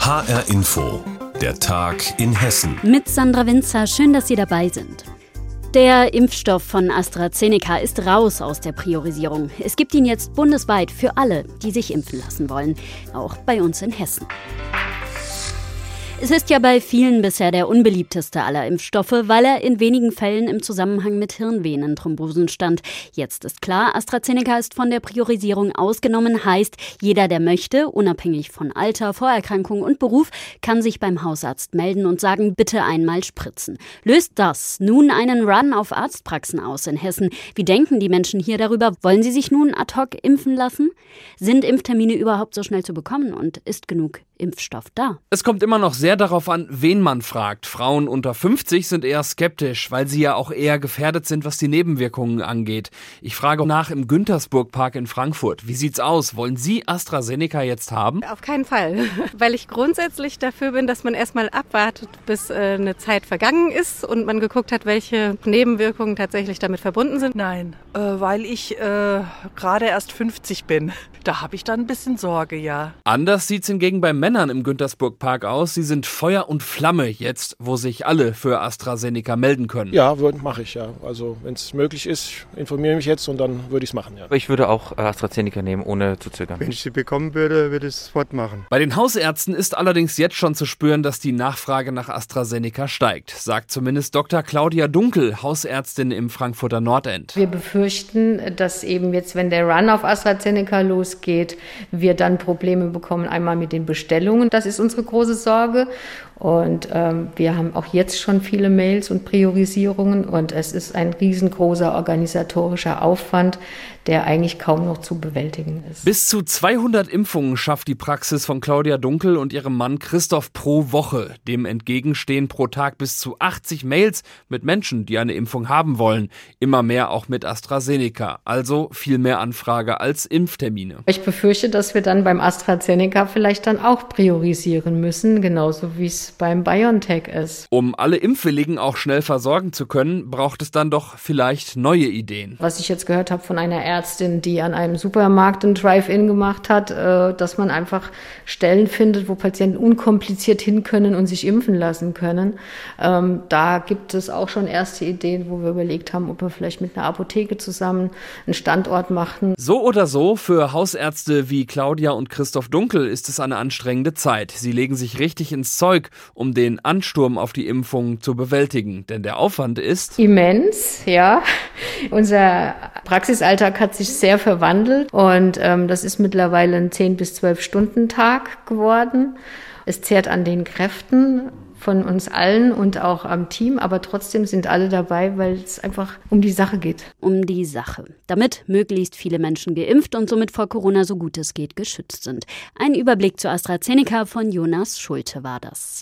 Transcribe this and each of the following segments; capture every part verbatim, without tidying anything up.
H R Info, der Tag in Hessen. Mit Sandra Winzer, schön, dass Sie dabei sind. Der Impfstoff von AstraZeneca ist raus aus der Priorisierung. Es gibt ihn jetzt bundesweit für alle, die sich impfen lassen wollen, auch bei uns in Hessen. Es ist ja bei vielen bisher der unbeliebteste aller Impfstoffe, weil er in wenigen Fällen im Zusammenhang mit Hirnvenenthrombosen stand. Jetzt ist klar, AstraZeneca ist von der Priorisierung ausgenommen, heißt, jeder, der möchte, unabhängig von Alter, Vorerkrankung und Beruf, kann sich beim Hausarzt melden und sagen, bitte einmal spritzen. Löst das nun einen Run auf Arztpraxen aus in Hessen? Wie denken die Menschen hier darüber? Wollen sie sich nun ad hoc impfen lassen? Sind Impftermine überhaupt so schnell zu bekommen und ist genug Impfstoff da? Es kommt immer noch sehr darauf an, wen man fragt. Frauen unter fünfzig sind eher skeptisch, weil sie ja auch eher gefährdet sind, was die Nebenwirkungen angeht. Ich frage nach im Güntersburg-Park in Frankfurt. Wie sieht's aus? Wollen Sie AstraZeneca jetzt haben? Auf keinen Fall, weil ich grundsätzlich dafür bin, dass man erstmal abwartet, bis äh, eine Zeit vergangen ist und man geguckt hat, welche Nebenwirkungen tatsächlich damit verbunden sind. Nein, äh, weil ich äh, gerade erst fünfzig bin. Da habe ich dann ein bisschen Sorge, ja. Anders sieht's hingegen bei Männern im Güntersburg-Park aus. Sie sind Feuer und Flamme jetzt, wo sich alle für AstraZeneca melden können. Ja, mache ich, ja. Also wenn es möglich ist, informiere mich jetzt und dann würde ich es machen, ja. Ich würde auch AstraZeneca nehmen, ohne zu zögern. Wenn ich sie bekommen würde, würde ich es sofort machen. Bei den Hausärzten ist allerdings jetzt schon zu spüren, dass die Nachfrage nach AstraZeneca steigt, sagt zumindest Doktor Claudia Dunkel, Hausärztin im Frankfurter Nordend. Wir befürchten, dass eben jetzt, wenn der Run auf AstraZeneca losgeht, wir dann Probleme bekommen, einmal mit den Bestellungen. Das ist unsere große Sorge. Und ähm, wir haben auch jetzt schon viele Mails und Priorisierungen und es ist ein riesengroßer organisatorischer Aufwand, der eigentlich kaum noch zu bewältigen ist. Bis zu zweihundert Impfungen schafft die Praxis von Claudia Dunkel und ihrem Mann Christoph pro Woche. Dem entgegenstehen pro Tag bis zu achtzig Mails mit Menschen, die eine Impfung haben wollen. Immer mehr auch mit AstraZeneca. Also viel mehr Anfrage als Impftermine. Ich befürchte, dass wir dann beim AstraZeneca vielleicht dann auch priorisieren müssen, genauso wie es beim BioNTech ist. Um alle Impfwilligen auch schnell versorgen zu können, braucht es dann doch vielleicht neue Ideen. Was ich jetzt gehört habe von einer Ärztin, die an einem Supermarkt ein Drive-In gemacht hat, dass man einfach Stellen findet, wo Patienten unkompliziert hin können und sich impfen lassen können. Da gibt es auch schon erste Ideen, wo wir überlegt haben, ob wir vielleicht mit einer Apotheke zusammen einen Standort machen. So oder so, für Hausärzte wie Claudia und Christoph Dunkel ist es eine anstrengende Zeit. Sie legen sich richtig ins Zeug, um den Ansturm auf die Impfung zu bewältigen. Denn der Aufwand ist immens, ja. Unser Praxisalltag hat sich sehr verwandelt und ähm, das ist mittlerweile ein zehn bis zwölf Stunden Tag geworden. Es zehrt an den Kräften von uns allen und auch am Team, aber trotzdem sind alle dabei, weil es einfach um die Sache geht. Um die Sache. Damit möglichst viele Menschen geimpft und somit vor Corona so gut es geht geschützt sind. Ein Überblick zu AstraZeneca von Jonas Schulte war das.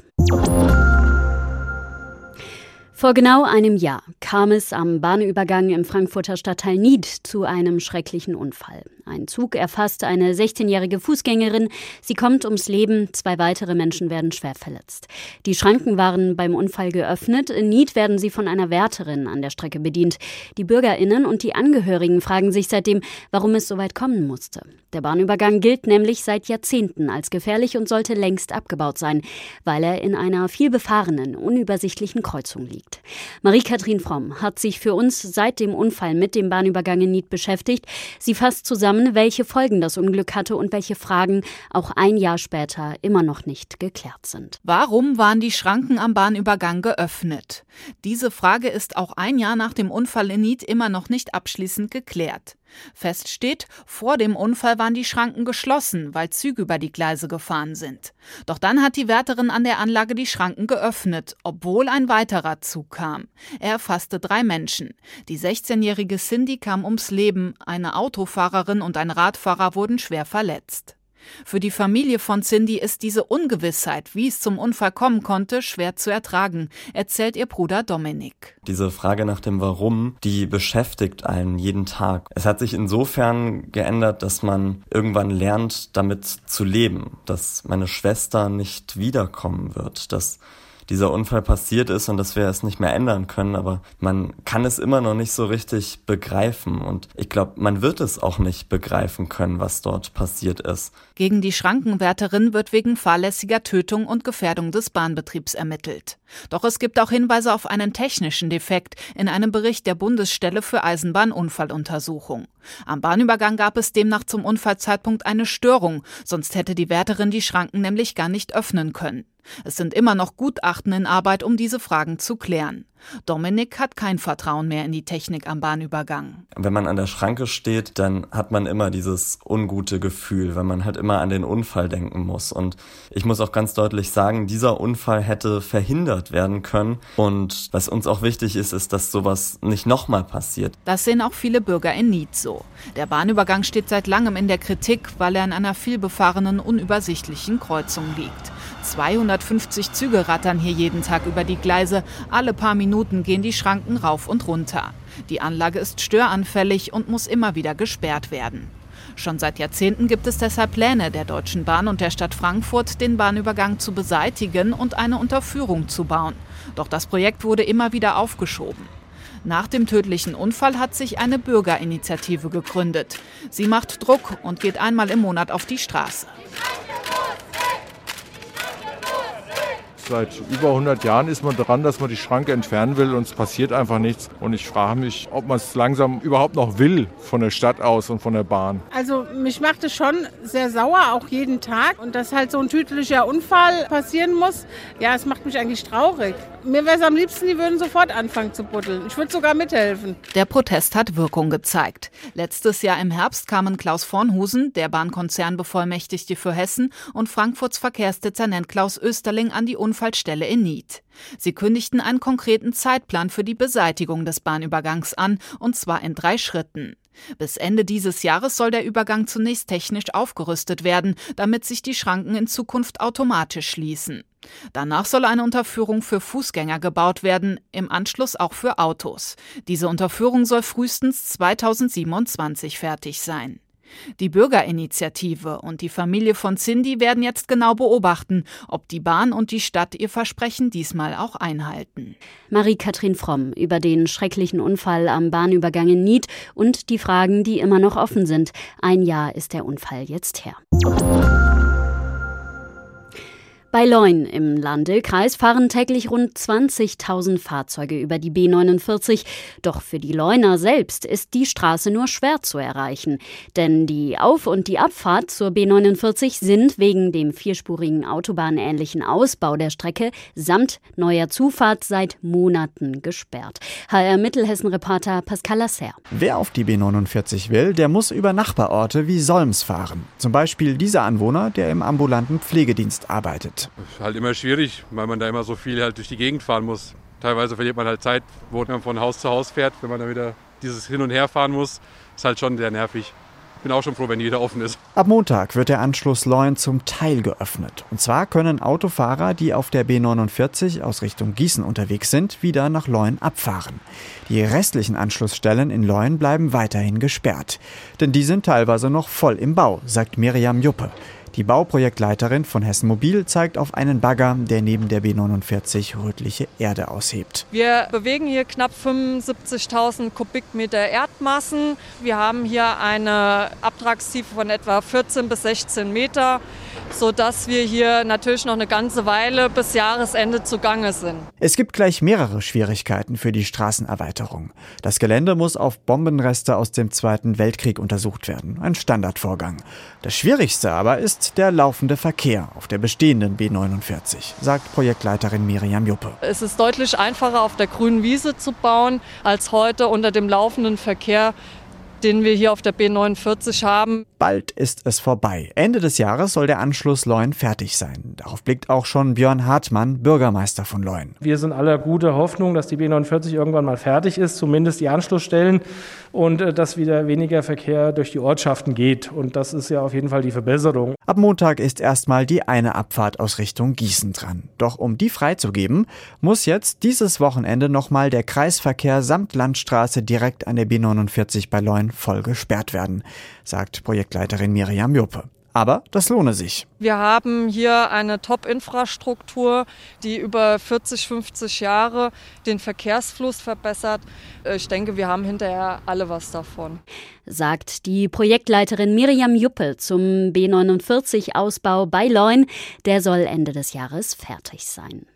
Vor genau einem Jahr kam es am Bahnübergang im Frankfurter Stadtteil Nied zu einem schrecklichen Unfall. Ein Zug erfasst eine sechzehnjährige Fußgängerin. Sie kommt ums Leben, zwei weitere Menschen werden schwer verletzt. Die Schranken waren beim Unfall geöffnet. In Nied werden sie von einer Wärterin an der Strecke bedient. Die BürgerInnen und die Angehörigen fragen sich seitdem, warum es so weit kommen musste. Der Bahnübergang gilt nämlich seit Jahrzehnten als gefährlich und sollte längst abgebaut sein, weil er in einer viel befahrenen, unübersichtlichen Kreuzung liegt. Marie-Kathrin Fromm hat sich für uns seit dem Unfall mit dem Bahnübergang in Nied beschäftigt. Sie fasst zusammen, welche Folgen das Unglück hatte und welche Fragen auch ein Jahr später immer noch nicht geklärt sind. Warum waren die Schranken am Bahnübergang geöffnet? Diese Frage ist auch ein Jahr nach dem Unfall in Nied immer noch nicht abschließend geklärt. Fest steht, vor dem Unfall waren die Schranken geschlossen, weil Züge über die Gleise gefahren sind. Doch dann hat die Wärterin an der Anlage die Schranken geöffnet, obwohl ein weiterer Zug kam. Er erfasste drei Menschen. Die sechzehnjährige Cindy kam ums Leben, eine Autofahrerin und ein Radfahrer wurden schwer verletzt. Für die Familie von Cindy ist diese Ungewissheit, wie es zum Unfall kommen konnte, schwer zu ertragen, erzählt ihr Bruder Dominik. Diese Frage nach dem Warum, die beschäftigt einen jeden Tag. Es hat sich insofern geändert, dass man irgendwann lernt, damit zu leben, dass meine Schwester nicht wiederkommen wird, dass dieser Unfall passiert ist und dass wir es nicht mehr ändern können, aber man kann es immer noch nicht so richtig begreifen und ich glaube, man wird es auch nicht begreifen können, was dort passiert ist. Gegen die Schrankenwärterin wird wegen fahrlässiger Tötung und Gefährdung des Bahnbetriebs ermittelt. Doch es gibt auch Hinweise auf einen technischen Defekt in einem Bericht der Bundesstelle für Eisenbahnunfalluntersuchung. Am Bahnübergang gab es demnach zum Unfallzeitpunkt eine Störung, sonst hätte die Wärterin die Schranken nämlich gar nicht öffnen können. Es sind immer noch Gutachten in Arbeit, um diese Fragen zu klären. Dominik hat kein Vertrauen mehr in die Technik am Bahnübergang. Wenn man an der Schranke steht, dann hat man immer dieses ungute Gefühl, weil man halt immer an den Unfall denken muss. Und ich muss auch ganz deutlich sagen, dieser Unfall hätte verhindert werden können. Und was uns auch wichtig ist, ist, dass sowas nicht nochmal passiert. Das sehen auch viele Bürger in Nied so. Der Bahnübergang steht seit langem in der Kritik, weil er in einer vielbefahrenen, unübersichtlichen Kreuzung liegt. zweihundertfünfzig Züge rattern hier jeden Tag über die Gleise. Alle paar Minuten gehen die Schranken rauf und runter. Die Anlage ist störanfällig und muss immer wieder gesperrt werden. Schon seit Jahrzehnten gibt es deshalb Pläne der Deutschen Bahn und der Stadt Frankfurt, den Bahnübergang zu beseitigen und eine Unterführung zu bauen. Doch das Projekt wurde immer wieder aufgeschoben. Nach dem tödlichen Unfall hat sich eine Bürgerinitiative gegründet. Sie macht Druck und geht einmal im Monat auf die Straße. Seit über hundert Jahren ist man dran, dass man die Schranke entfernen will und es passiert einfach nichts. Und ich frage mich, ob man es langsam überhaupt noch will von der Stadt aus und von der Bahn. Also mich macht es schon sehr sauer, auch jeden Tag. Und dass halt so ein tödlicher Unfall passieren muss, ja, es macht mich eigentlich traurig. Mir wäre es am liebsten, die würden sofort anfangen zu buddeln. Ich würde sogar mithelfen. Der Protest hat Wirkung gezeigt. Letztes Jahr im Herbst kamen Klaus Vornhusen, der Bahnkonzernbevollmächtigte für Hessen, und Frankfurts Verkehrsdezernent Klaus Österling an die Unfallstelle in Nied. Sie kündigten einen konkreten Zeitplan für die Beseitigung des Bahnübergangs an, und zwar in drei Schritten. Bis Ende dieses Jahres soll der Übergang zunächst technisch aufgerüstet werden, damit sich die Schranken in Zukunft automatisch schließen. Danach soll eine Unterführung für Fußgänger gebaut werden, im Anschluss auch für Autos. Diese Unterführung soll frühestens zweitausendsiebenundzwanzig fertig sein. Die Bürgerinitiative und die Familie von Cindy werden jetzt genau beobachten, ob die Bahn und die Stadt ihr Versprechen diesmal auch einhalten. Marie-Kathrin Fromm über den schrecklichen Unfall am Bahnübergang in Nied und die Fragen, die immer noch offen sind. Ein Jahr ist der Unfall jetzt her. Bei Leun im Landl-Kreis fahren täglich rund zwanzigtausend Fahrzeuge über die B neunundvierzig. Doch für die Leuner selbst ist die Straße nur schwer zu erreichen. Denn die Auf- und die Abfahrt zur B neunundvierzig sind wegen dem vierspurigen autobahnähnlichen Ausbau der Strecke samt neuer Zufahrt seit Monaten gesperrt. H R Mittelhessen-Reporter Pascal Lasser. Wer auf die B neunundvierzig will, der muss über Nachbarorte wie Solms fahren. Zum Beispiel dieser Anwohner, der im ambulanten Pflegedienst arbeitet. Ist halt immer schwierig, weil man da immer so viel halt durch die Gegend fahren muss. Teilweise verliert man halt Zeit, wo man von Haus zu Haus fährt, wenn man dann wieder dieses Hin- und Her fahren muss. Ist halt schon sehr nervig. Ich bin auch schon froh, wenn die wieder offen ist. Ab Montag wird der Anschluss Leun zum Teil geöffnet. Und zwar können Autofahrer, die auf der B neunundvierzig aus Richtung Gießen unterwegs sind, wieder nach Leun abfahren. Die restlichen Anschlussstellen in Leun bleiben weiterhin gesperrt. Denn die sind teilweise noch voll im Bau, sagt Miriam Juppe. Die Bauprojektleiterin von Hessen Mobil zeigt auf einen Bagger, der neben der B neunundvierzig rötliche Erde aushebt. Wir bewegen hier knapp fünfundsiebzigtausend Kubikmeter Erdmassen. Wir haben hier eine Abtragstiefe von etwa vierzehn bis sechzehn Meter, sodass wir hier natürlich noch eine ganze Weile bis Jahresende zugange sind. Es gibt gleich mehrere Schwierigkeiten für die Straßenerweiterung. Das Gelände muss auf Bombenreste aus dem Zweiten Weltkrieg untersucht werden. Ein Standardvorgang. Das Schwierigste aber ist der laufende Verkehr auf der bestehenden B neunundvierzig, sagt Projektleiterin Miriam Juppe. Es ist deutlich einfacher, auf der grünen Wiese zu bauen, als heute unter dem laufenden Verkehr, den wir hier auf der B neunundvierzig haben. Bald ist es vorbei. Ende des Jahres soll der Anschluss Leun fertig sein. Darauf blickt auch schon Björn Hartmann, Bürgermeister von Leun. Wir sind aller guter Hoffnung, dass die B neunundvierzig irgendwann mal fertig ist, zumindest die Anschlussstellen, und äh, dass wieder weniger Verkehr durch die Ortschaften geht. Und das ist ja auf jeden Fall die Verbesserung. Ab Montag ist erstmal die eine Abfahrt aus Richtung Gießen dran. Doch um die freizugeben, muss jetzt dieses Wochenende nochmal der Kreisverkehr samt Landstraße direkt an der B neunundvierzig bei Leun voll gesperrt werden, sagt Projektleiterin Miriam Juppe. Aber das lohne sich. Wir haben hier eine Top-Infrastruktur, die über vierzig, fünfzig Jahre den Verkehrsfluss verbessert. Ich denke, wir haben hinterher alle was davon. Sagt die Projektleiterin Miriam Juppel zum B neunundvierzig-Ausbau bei Leun. Der soll Ende des Jahres fertig sein.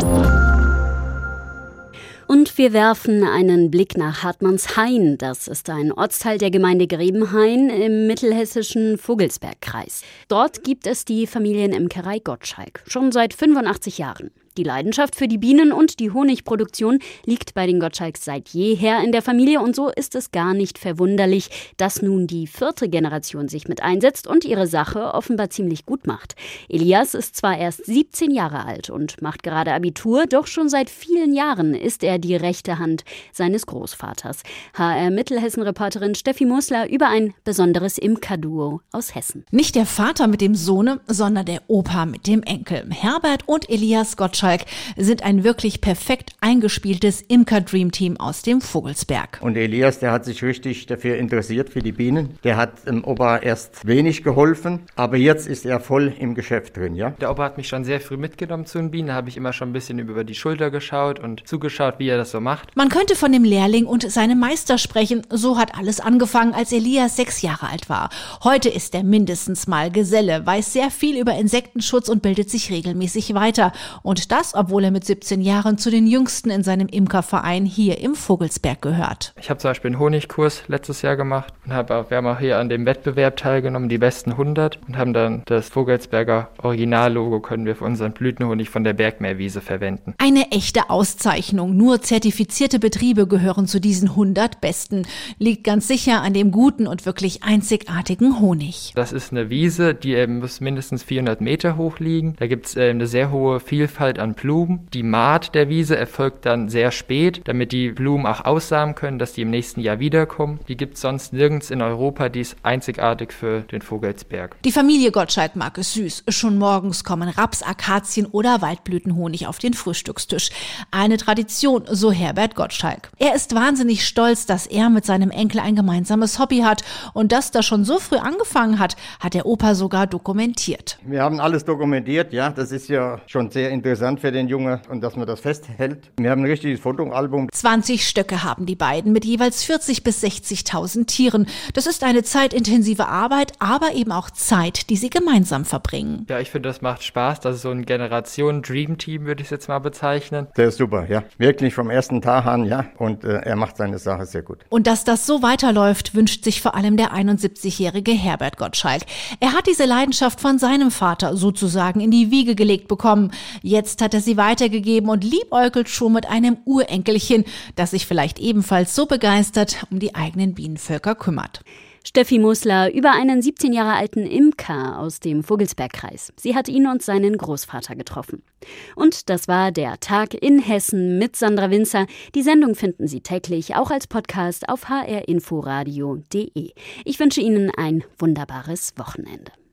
Und wir werfen einen Blick nach Hartmannshain. Das ist ein Ortsteil der Gemeinde Grebenhain im mittelhessischen Vogelsbergkreis. Dort gibt es die Familienimkerei Gottschalk, schon seit fünfundachtzig Jahren. Die Leidenschaft für die Bienen und die Honigproduktion liegt bei den Gottschalks seit jeher in der Familie und so ist es gar nicht verwunderlich, dass nun die vierte Generation sich mit einsetzt und ihre Sache offenbar ziemlich gut macht. Elias ist zwar erst siebzehn Jahre alt und macht gerade Abitur, doch schon seit vielen Jahren ist er die rechte Hand seines Großvaters. H R-Mittelhessen-Reporterin Steffi Musler über ein besonderes Imkerduo aus Hessen. Nicht der Vater mit dem Sohne, sondern der Opa mit dem Enkel. Herbert und Elias Gottschalk sind ein wirklich perfekt eingespieltes Imker-Dream-Team aus dem Vogelsberg. Und Elias, der hat sich richtig dafür interessiert, für die Bienen. Der hat dem Opa erst wenig geholfen, aber jetzt ist er voll im Geschäft drin, ja? Der Opa hat mich schon sehr früh mitgenommen zu den Bienen. Da habe ich immer schon ein bisschen über die Schulter geschaut und zugeschaut, wie er das so macht. Man könnte von dem Lehrling und seinem Meister sprechen. So hat alles angefangen, als Elias sechs Jahre alt war. Heute ist er mindestens mal Geselle, weiß sehr viel über Insektenschutz und bildet sich regelmäßig weiter. Und das, obwohl er mit siebzehn Jahren zu den Jüngsten in seinem Imkerverein hier im Vogelsberg gehört. Ich habe zum Beispiel einen Honigkurs letztes Jahr gemacht und hab auch, wir haben auch hier an dem Wettbewerb teilgenommen, die besten hundert, und haben dann das Vogelsberger Originallogo können wir für unseren Blütenhonig von der Bergmeerwiese verwenden. Eine echte Auszeichnung. Nur zertifizierte Betriebe gehören zu diesen hundert Besten. Liegt ganz sicher an dem guten und wirklich einzigartigen Honig. Das ist eine Wiese, die äh, muss mindestens vierhundert Meter hoch liegen. Da gibt es äh, eine sehr hohe Vielfalt an Blumen. Die Maat der Wiese erfolgt dann sehr spät, damit die Blumen auch aussamen können, dass die im nächsten Jahr wiederkommen. Die gibt es sonst nirgends in Europa, die ist einzigartig für den Vogelsberg. Die Familie Gottschalk mag es süß. Schon morgens kommen Raps, Akazien oder Waldblütenhonig auf den Frühstückstisch. Eine Tradition, so Herbert Gottschalk. Er ist wahnsinnig stolz, dass er mit seinem Enkel ein gemeinsames Hobby hat und dass das schon so früh angefangen hat, hat der Opa sogar dokumentiert. Wir haben alles dokumentiert, ja, das ist ja schon sehr interessant für den Junge und dass man das festhält. Wir haben ein richtiges Fotoalbum. zwanzig Stöcke haben die beiden mit jeweils vierzig bis sechzigtausend Tieren. Das ist eine zeitintensive Arbeit, aber eben auch Zeit, die sie gemeinsam verbringen. Ja, ich finde, das macht Spaß. Das ist so ein Generation-Dream-Team, würde ich es jetzt mal bezeichnen. Der ist super, ja. Wirklich vom ersten Tag an, ja. Und äh, er macht seine Sache sehr gut. Und dass das so weiterläuft, wünscht sich vor allem der einundsiebzigjährige Herbert Gottschalk. Er hat diese Leidenschaft von seinem Vater sozusagen in die Wiege gelegt bekommen. Jetzt hat er sie weitergegeben und liebäugelt schon mit einem Urenkelchen, das sich vielleicht ebenfalls so begeistert um die eigenen Bienenvölker kümmert. Steffi Musler über einen siebzehn Jahre alten Imker aus dem Vogelsbergkreis. Sie hat ihn und seinen Großvater getroffen. Und das war der Tag in Hessen mit Sandra Winzer. Die Sendung finden Sie täglich auch als Podcast auf h r inforadio punkt d e. Ich wünsche Ihnen ein wunderbares Wochenende.